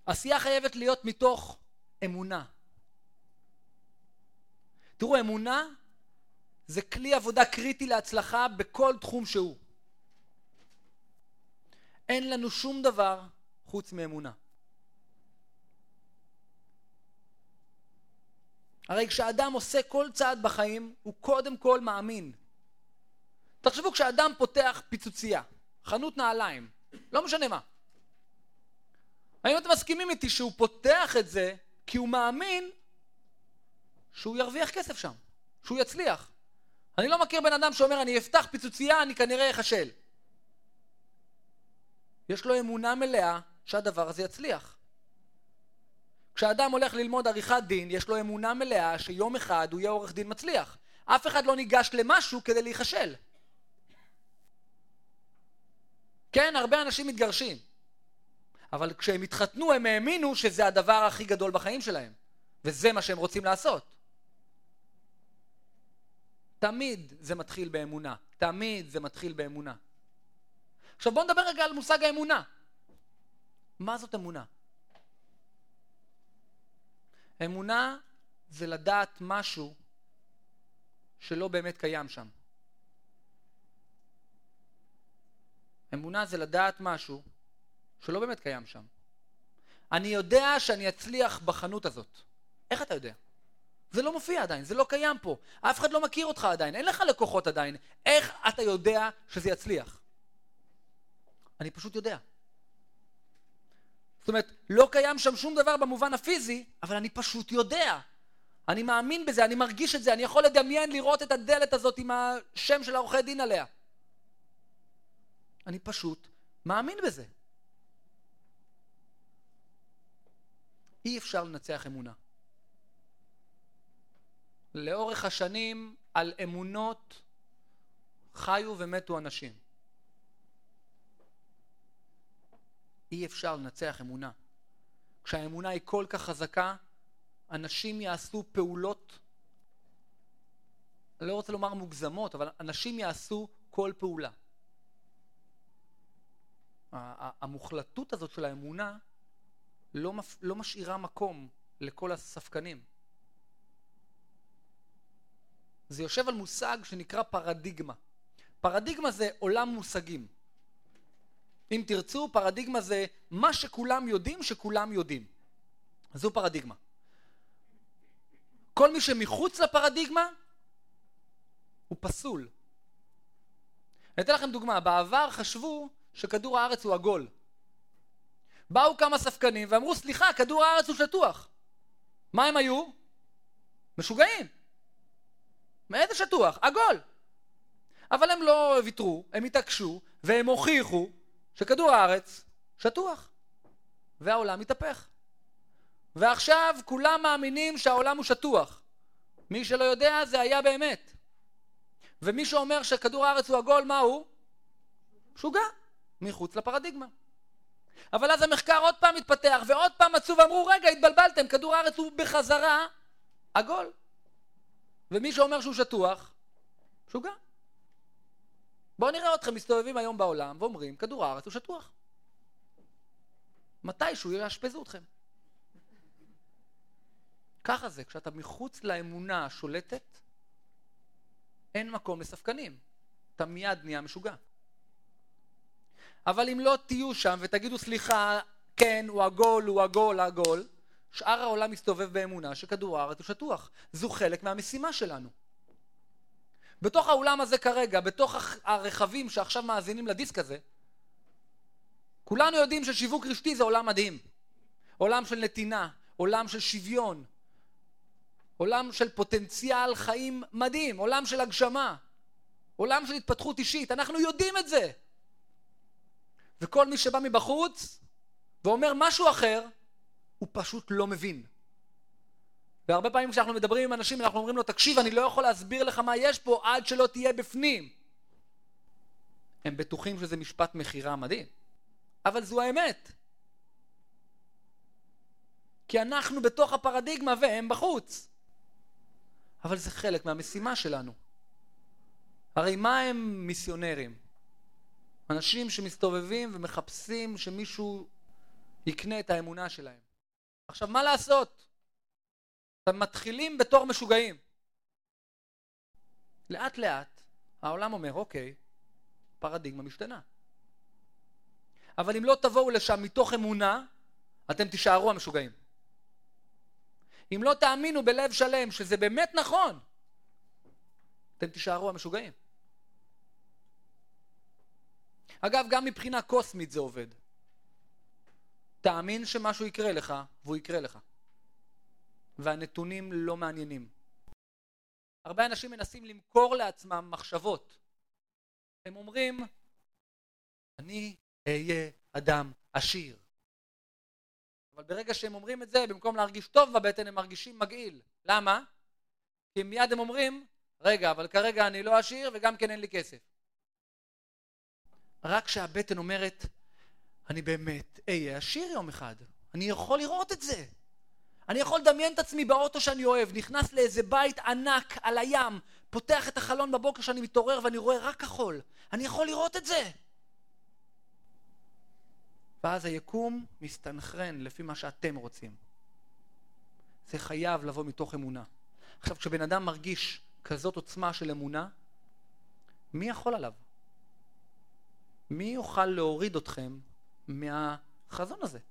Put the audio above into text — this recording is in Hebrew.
עשייה חייבת להיות מתוך אמונה. תראו, אמונה זה כלי עבודה קריטי להצלחה בכל תחום שהוא. אין לנו שום דבר חוץ מאמונה. הרי כשאדם עושה כל צעד בחיים, הוא קודם כל מאמין. תחשבו, כשאדם פותח פיצוצייה, חנות נעליים, לא משנה מה. האם אתם מסכימים איתי שהוא פותח את זה כי הוא מאמין שהוא ירוויח כסף שם, שהוא יצליח? אני לא מכיר בן אדם שאומר, אני אפתח פיצוצייה, אני כנראה אחשל. יש לו אמונה מלאה שהדבר הזה יצליח. כשאדם הולך ללמוד עריכת דין, יש לו אמונה מלאה שיום אחד הוא יהיה עורך דין מצליח. אף אחד לא ניגש למשהו כדי להיחשל. כן, הרבה אנשים מתגרשים. אבל כשהם התחתנו הם האמינו שזה הדבר הכי גדול בחיים שלהם. וזה מה שהם רוצים לעשות. תמיד זה מתחיל באמונה. תמיד זה מתחיל באמונה. עכשיו בואו נדבר רגע על מושג האמונה. מה זאת אמונה? אמונה זה לדעת משהו שלא באמת קיים שם. אמונה זה לדעת משהו שלא באמת קיים שם. אני יודע שאני אצליח בחנות הזאת. איך אתה יודע? זה לא מופיע עדיין, זה לא קיים פה. אף אחד לא מכיר אותך עדיין, אין לך לקוחות עדיין. איך אתה יודע שזה יצליח? אני פשוט יודע. זאת אומרת, לא קיים שם שום דבר במובן הפיזי, אבל אני פשוט יודע. אני מאמין בזה, אני מרגיש את זה, אני יכול לדמיין לראות את הדלת הזאת עם השם של העורכי דין עליה. אני פשוט מאמין בזה. אי אפשר לנצח אמונה. לאורך השנים על אמונות חיו ומתו אנשים. אי אפשר לנצח אמונה. כשהאמונה היא כל כך חזקה, אנשים יעשו פעולות, אני לא רוצה לומר מוגזמות, אבל אנשים יעשו כל פעולה. המוחלטות הזאת של האמונה לא משאירה מקום לכל הספקנים. זה יושב על מושג שנקרא פרדיגמה. פרדיגמה זה עולם מושגים. אם תרצו, פרדיגמה זה מה שכולם יודעים שכולם יודעים. זו פרדיגמה. כל מי שמחוץ לפרדיגמה הוא פסול. אני אתן לכם דוגמה. בעבר חשבו שכדור הארץ הוא עגול. באו כמה ספקנים ואמרו, סליחה, כדור הארץ הוא שטוח. מה הם היו? משוגעים. מאיזה שטוח? עגול. אבל הם לא ויתרו, הם התעקשו והם הוכיחו שכדור הארץ שטוח. והעולם מתהפך. ועכשיו כולם מאמינים שהעולם הוא שטוח. מי שלא יודע זה היה באמת. ומי שאומר שכדור הארץ הוא עגול, מה הוא? שוגע. מחוץ לפרדיגמה. אבל אז המחקר עוד פעם התפתח ועוד פעם מצאו ואמרו, רגע, התבלבלתם, כדור הארץ הוא בחזרה עגול. ומי שאומר שהוא שטוח, שוגע. בואו נראה אתכם מסתובבים היום בעולם ואומרים, כדור הארץ הוא שטוח. מתישהו יאשפזו אתכם. ככה זה, כשאתה מחוץ לאמונה השולטת, אין מקום לספקנים. אתה מיד נהיה משוגע. אבל אם לא תהיו שם ותגידו, סליחה, כן, הוא עגול, הוא עגול, עגול, שאר העולם מסתובב באמונה שכדור הארץ הוא שטוח. זו חלק מהמשימה שלנו. בתוך העולם הזה כרגע, בתוך הרכבים שעכשיו מאזינים לדיסק הזה, כולנו יודעים ששיווק רשתי זה עולם מדהים. עולם של נתינה, עולם של שוויון, עולם של פוטנציאל חיים מדהים, עולם של הגשמה, עולם של התפתחות אישית. אנחנו יודעים את זה. וכל מי שבא מבחוץ ואומר משהו אחר, הוא פשוט לא מבין. והרבה פעמים כשאנחנו מדברים עם אנשים, אנחנו אומרים לו, תקשיב, אני לא יכול להסביר לך מה יש פה עד שלא תהיה בפנים. הם בטוחים שזה משפט מחירה מדהים. אבל זו האמת. כי אנחנו בתוך הפרדיגמה והם בחוץ. אבל זה חלק מהמשימה שלנו. הרי מה הם מיסיונרים? אנשים שמסתובבים ומחפשים שמישהו יקנה את האמונה שלהם. עכשיו, מה לעשות? אתם מתחילים בתור משוגעים. לאט לאט העולם אומר, אוקיי, פרדיגמה משתנה. אבל אם לא תבואו לשם מתוך אמונה, אתם תישארו המשוגעים. אם לא תאמינו בלב שלם שזה באמת נכון, אתם תישארו המשוגעים. אגב, גם מבחינה קוסמית זה עובד. תאמין שמשהו יקרה לך, והוא יקרה לך. והנתונים לא מעניינים. הרבה אנשים מנסים למכור לעצמם מחשבות. הם אומרים, אני אהיה אדם עשיר. אבל ברגע שהם אומרים את זה, במקום להרגיש טוב בבטן, הם מרגישים מגעיל. למה? כי מיד הם אומרים, רגע, אבל כרגע אני לא עשיר וגם כן אין לי כסף. רק שהבטן אומרת, אני באמת אהיה עשיר יום אחד. אני יכול לראות את זה. אני יכול לדמיין את עצמי באוטו שאני אוהב, נכנס לאיזה בית ענק על הים, פותח את החלון בבוקר שאני מתעורר ואני רואה רק כחול. אני יכול לראות את זה. ואז היקום מסתנכרן לפי מה שאתם רוצים. זה חייב לבוא מתוך אמונה. עכשיו, כשבן אדם מרגיש כזאת עוצמה של אמונה, מי יכול עליו? מי יוכל להוריד אתכם מהחזון הזה?